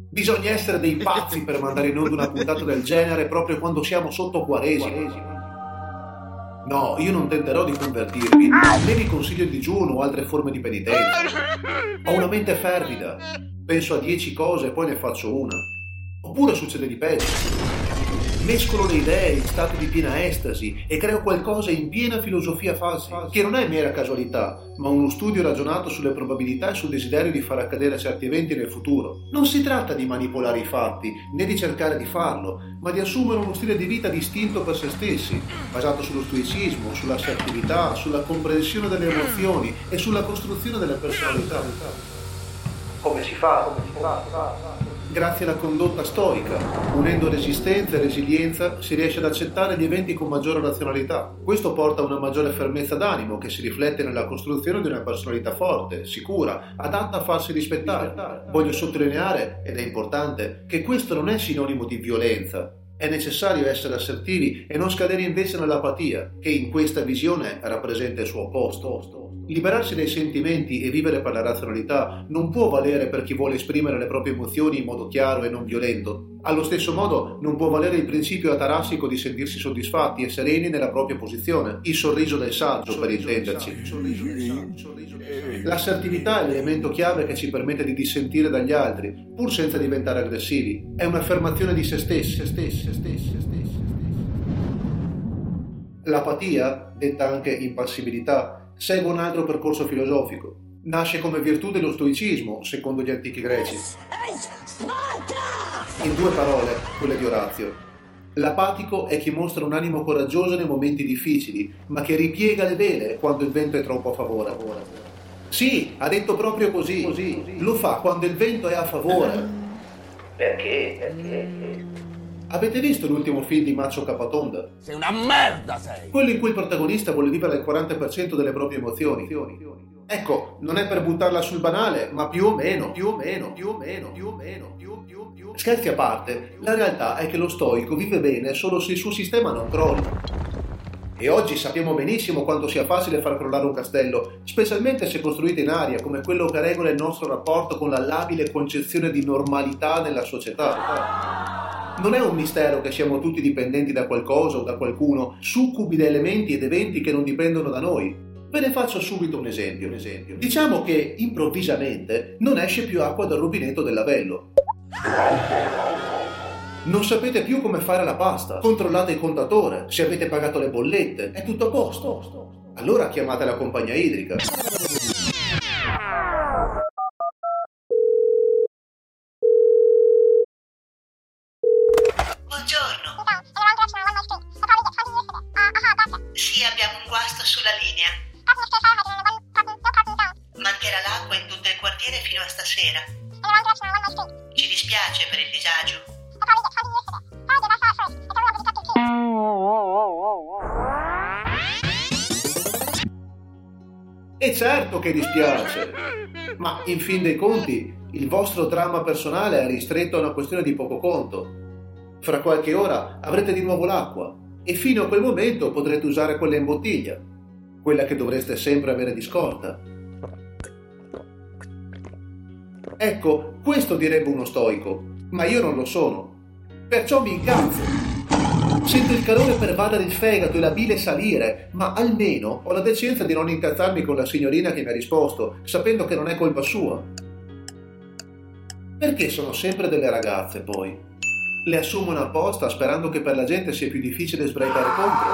Bisogna essere dei pazzi per mandare in onda una puntata del genere proprio quando siamo sotto Quaresima. No, io non tenterò di convertirvi, né vi consiglio il digiuno o altre forme di penitenza. Ho una mente fervida, penso a 10 cose e poi ne faccio una. Oppure succede di peggio. Mescolo le idee in stati di piena estasi e creo qualcosa in piena filosofia falsa, che non è mera casualità, ma uno studio ragionato sulle probabilità e sul desiderio di far accadere certi eventi nel futuro. Non si tratta di manipolare i fatti, né di cercare di farlo, ma di assumere uno stile di vita distinto per se stessi, basato sullo stoicismo, sull'assertività, sulla comprensione delle emozioni e sulla costruzione delle personalità. Come si fa? Grazie alla condotta stoica, unendo resistenza e resilienza, si riesce ad accettare gli eventi con maggiore razionalità. Questo porta a una maggiore fermezza d'animo che si riflette nella costruzione di una personalità forte, sicura, adatta a farsi rispettare. Voglio sottolineare, ed è importante, che questo non è sinonimo di violenza. È necessario essere assertivi e non scadere invece nell'apatia, che in questa visione rappresenta il suo opposto. Liberarsi dai sentimenti e vivere per la razionalità non può valere per chi vuole esprimere le proprie emozioni in modo chiaro e non violento. Allo stesso modo non può valere il principio atarassico di sentirsi soddisfatti e sereni nella propria posizione, il sorriso del saggio per intenderci. L'assertività è l'elemento chiave che ci permette di dissentire dagli altri, pur senza diventare aggressivi. È un'affermazione di se stessi. L'apatia, detta anche impassibilità, segue un altro percorso filosofico. Nasce come virtù dello stoicismo, secondo gli antichi greci. In 2 parole, quelle di Orazio. L'apatico è chi mostra un animo coraggioso nei momenti difficili, ma che ripiega le vele quando il vento è troppo a favore. Sì, ha detto così. Lo fa quando il vento è a favore. Perché? Avete visto l'ultimo film di Maccio Capatonda? Sei una merda, sei! Quello in cui il protagonista vuole vivere il 40% delle proprie emozioni. Ecco, non è per buttarla sul banale, ma più o meno. Scherzi a parte, la realtà è che lo stoico vive bene solo se il suo sistema non crolla. E oggi sappiamo benissimo quanto sia facile far crollare un castello, specialmente se costruito in aria, come quello che regola il nostro rapporto con la labile concezione di normalità nella società. Non è un mistero che siamo tutti dipendenti da qualcosa o da qualcuno, succubi da elementi ed eventi che non dipendono da noi. Ve ne faccio subito un esempio. Diciamo che improvvisamente non esce più acqua dal rubinetto del lavello. Non sapete più come fare la pasta, controllate il contatore, se avete pagato le bollette, è tutto a posto. Allora chiamate la compagnia idrica. Buongiorno. Sì, abbiamo un guasto sulla linea. Mancherà l'acqua in tutto il quartiere fino a stasera. Ci dispiace per il disagio. E certo che dispiace, ma in fin dei conti il vostro dramma personale è ristretto a una questione di poco conto. Fra qualche ora avrete di nuovo l'acqua e fino a quel momento potrete usare quella in bottiglia, quella che dovreste sempre avere di scorta. Ecco, questo direbbe uno stoico, ma io non lo sono. Perciò mi incazzo. Sento il calore pervadere il fegato e la bile salire, ma almeno ho la decenza di non incazzarmi con la signorina che mi ha risposto, sapendo che non è colpa sua. Perché sono sempre delle ragazze, poi? Le assumono apposta sperando che per la gente sia più difficile sbraitare contro?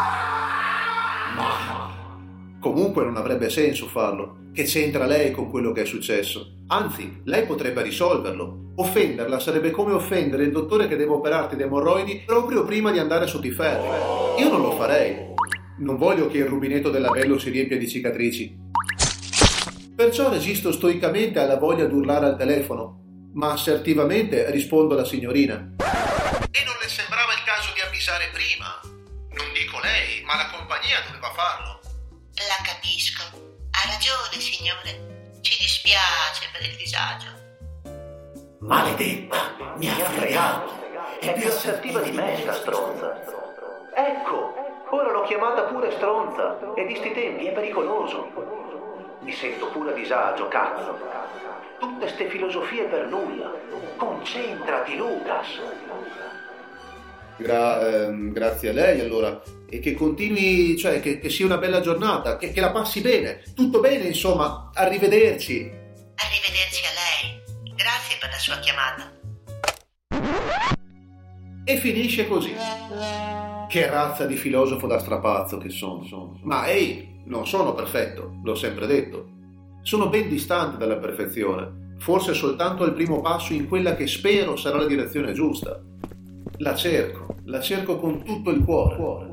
Ma comunque non avrebbe senso farlo. Che c'entra lei con quello che è successo? Anzi, lei potrebbe risolverlo. Offenderla sarebbe come offendere il dottore che deve operarti le emorroidi proprio prima di andare sotto i ferri. Io non lo farei. Non voglio che il rubinetto del lavello si riempia di cicatrici. Perciò resisto stoicamente alla voglia di urlare al telefono, ma assertivamente rispondo alla signorina. E non le sembrava il caso di avvisare prima? Non dico lei, ma la compagnia doveva farlo. La capisco. Ha ragione, signore. Ci dispiace per il disagio. Maledetta, mi ha fregato. È più assertiva di me, sta stronza. Ecco, ora l'ho chiamata pure stronza, e di sti tempi è pericoloso. Mi sento pure a disagio, cazzo. Tutte ste filosofie per nulla. Concentrati, Lucas. Grazie a lei, allora. E che continui, cioè che sia una bella giornata, che la passi bene. Tutto bene, insomma. Arrivederci. Arrivederci a lei. Grazie per la sua chiamata. E finisce così. Che razza di filosofo da strapazzo che sono. Ma ehi, non sono perfetto, l'ho sempre detto. Sono ben distante dalla perfezione, forse soltanto al primo passo in quella che spero sarà la direzione giusta. La cerco con tutto il cuore.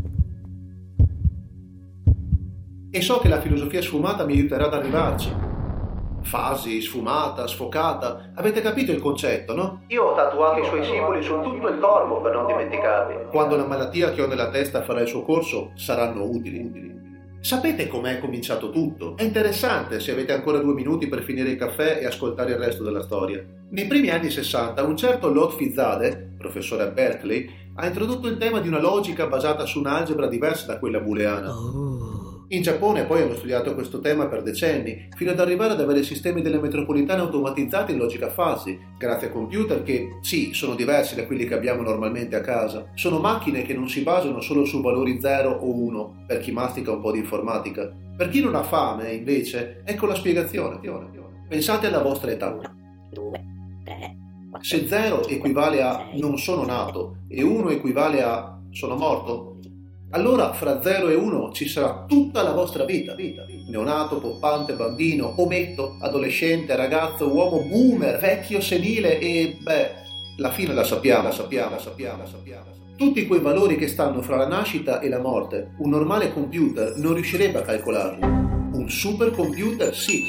E so che la filosofia sfumata mi aiuterà ad arrivarci. Fasi, sfumata, sfocata, avete capito il concetto, no? Io ho tatuato i suoi simboli su tutto il corpo per non dimenticarli. Quando la malattia che ho nella testa farà il suo corso, saranno utili. Sapete com'è cominciato tutto? È interessante se avete ancora 2 minuti per finire il caffè e ascoltare il resto della storia. Nei primi anni 60 un certo Lotfizadeh, professore a Berkeley, ha introdotto il tema di una logica basata su un'algebra diversa da quella booleana. In Giappone poi hanno studiato questo tema per decenni, fino ad arrivare ad avere sistemi delle metropolitane automatizzati in logica fuzzy, grazie a computer che, sì, sono diversi da quelli che abbiamo normalmente a casa. Sono macchine che non si basano solo su valori 0 o 1, per chi mastica un po' di informatica. Per chi non ha fame, invece, ecco la spiegazione. Pensate alla vostra età. 2, 3, 4. Se 0 equivale a non sono nato e 1 equivale a sono morto, allora fra 0 e 1 ci sarà tutta la vostra vita. Neonato, poppante, bambino, ometto, adolescente, ragazzo, uomo, boomer, vecchio, senile e, la fine la sappiamo. Tutti quei valori che stanno fra la nascita e la morte, un normale computer non riuscirebbe a calcolarli. Un supercomputer sì.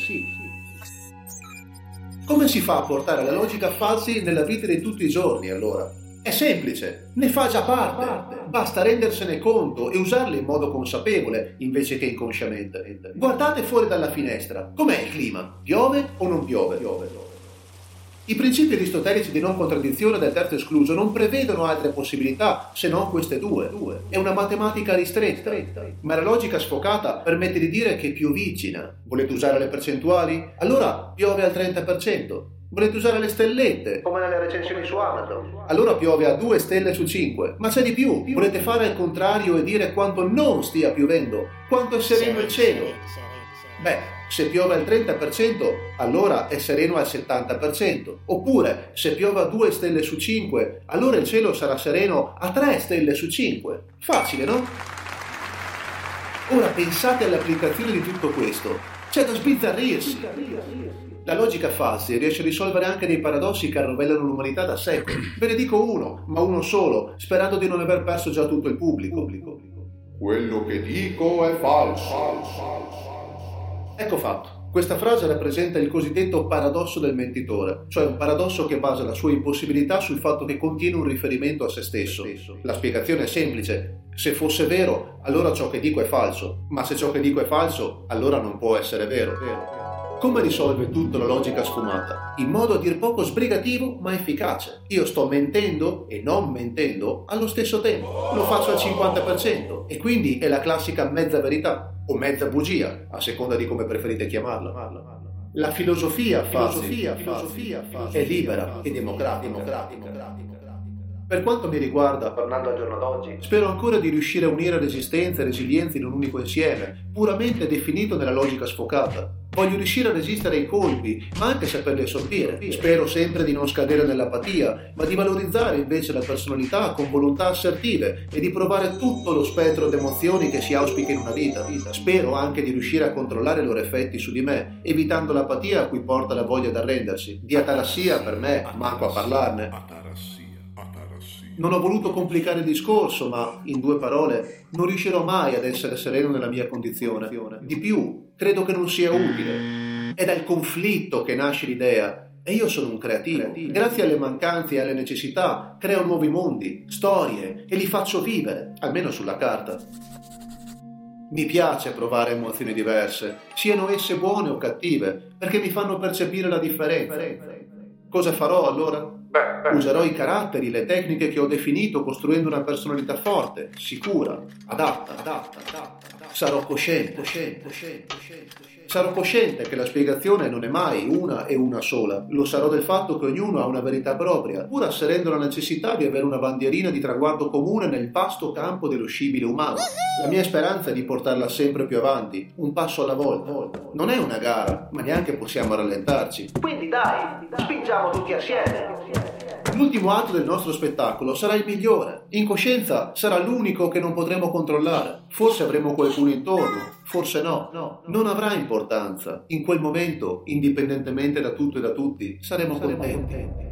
Come si fa a portare la logica fuzzy nella vita di tutti i giorni, allora? È semplice, ne fa già parte. Basta rendersene conto e usarle in modo consapevole invece che inconsciamente. Guardate fuori dalla finestra. Com'è il clima? Piove o non piove? I principi aristotelici di non contraddizione del terzo escluso non prevedono altre possibilità se non queste due. È una matematica ristretta, ma la logica sfocata permette di dire che piovigina. Volete usare le percentuali? Allora piove al 30%. Volete usare le stellette? Come nelle recensioni su Amazon. Allora piove a 2 stelle su 5. Ma c'è di più. Volete fare il contrario e dire quanto non stia piovendo? Quanto è sereno il cielo? Se piove al 30%, allora è sereno al 70%. Oppure, se piove a 2 stelle su 5, allora il cielo sarà sereno a 3 stelle su 5. Facile, no? Ora pensate all'applicazione di tutto questo. C'è da sbizzarrirsi. La logica fuzzy riesce a risolvere anche dei paradossi che arrovellano l'umanità da secoli. Ve ne dico uno, ma uno solo, sperando di non aver perso già tutto il pubblico. Quello che dico è falso. Ecco fatto. Questa frase rappresenta il cosiddetto paradosso del mentitore, cioè un paradosso che basa la sua impossibilità sul fatto che contiene un riferimento a se stesso. La spiegazione è semplice. Se fosse vero, allora ciò che dico è falso, ma se ciò che dico è falso, allora non può essere vero. Come risolve tutto la logica sfumata? In modo a dir poco sbrigativo ma efficace. Io sto mentendo e non mentendo allo stesso tempo. Lo faccio al 50% e quindi è la classica mezza verità o mezza bugia, a seconda di come preferite chiamarla. La filosofia è libera e democratica. Per quanto mi riguarda, tornando al giorno d'oggi, spero ancora di riuscire a unire resistenza e resilienza in un unico insieme, puramente definito nella logica sfocata. Voglio riuscire a resistere ai colpi, ma anche saperli assorbire. Spero sempre di non scadere nell'apatia, ma di valorizzare invece la personalità con volontà assertive e di provare tutto lo spettro d'emozioni che si auspica in una vita. Spero anche di riuscire a controllare i loro effetti su di me, evitando l'apatia a cui porta la voglia d'arrendersi. Di atarassia per me, manco a parlarne. Non ho voluto complicare il discorso, ma, in 2 parole, non riuscirò mai ad essere sereno nella mia condizione. Di più, credo che non sia utile. È dal conflitto che nasce l'idea, e io sono un creativo. Grazie alle mancanze e alle necessità, creo nuovi mondi, storie, e li faccio vivere, almeno sulla carta. Mi piace provare emozioni diverse, siano esse buone o cattive, perché mi fanno percepire la differenza. Cosa farò allora? Userò i caratteri, le tecniche che ho definito costruendo una personalità forte, sicura, adatta. Sarò cosciente. Sarò cosciente che la spiegazione non è mai una e una sola. Lo sarò del fatto che ognuno ha una verità propria, pur asserendo la necessità di avere una bandierina di traguardo comune nel vasto campo dello scibile umano. La mia speranza è di portarla sempre più avanti, un passo alla volta. Non è una gara, ma neanche possiamo rallentarci. Quindi dai, spingiamo tutti assieme. L'ultimo atto del nostro spettacolo sarà il migliore. In coscienza sarà l'unico che non potremo controllare. Forse avremo qualcuno intorno, forse no. Non avrà importanza. In quel momento, indipendentemente da tutto e da tutti, saremo contenti.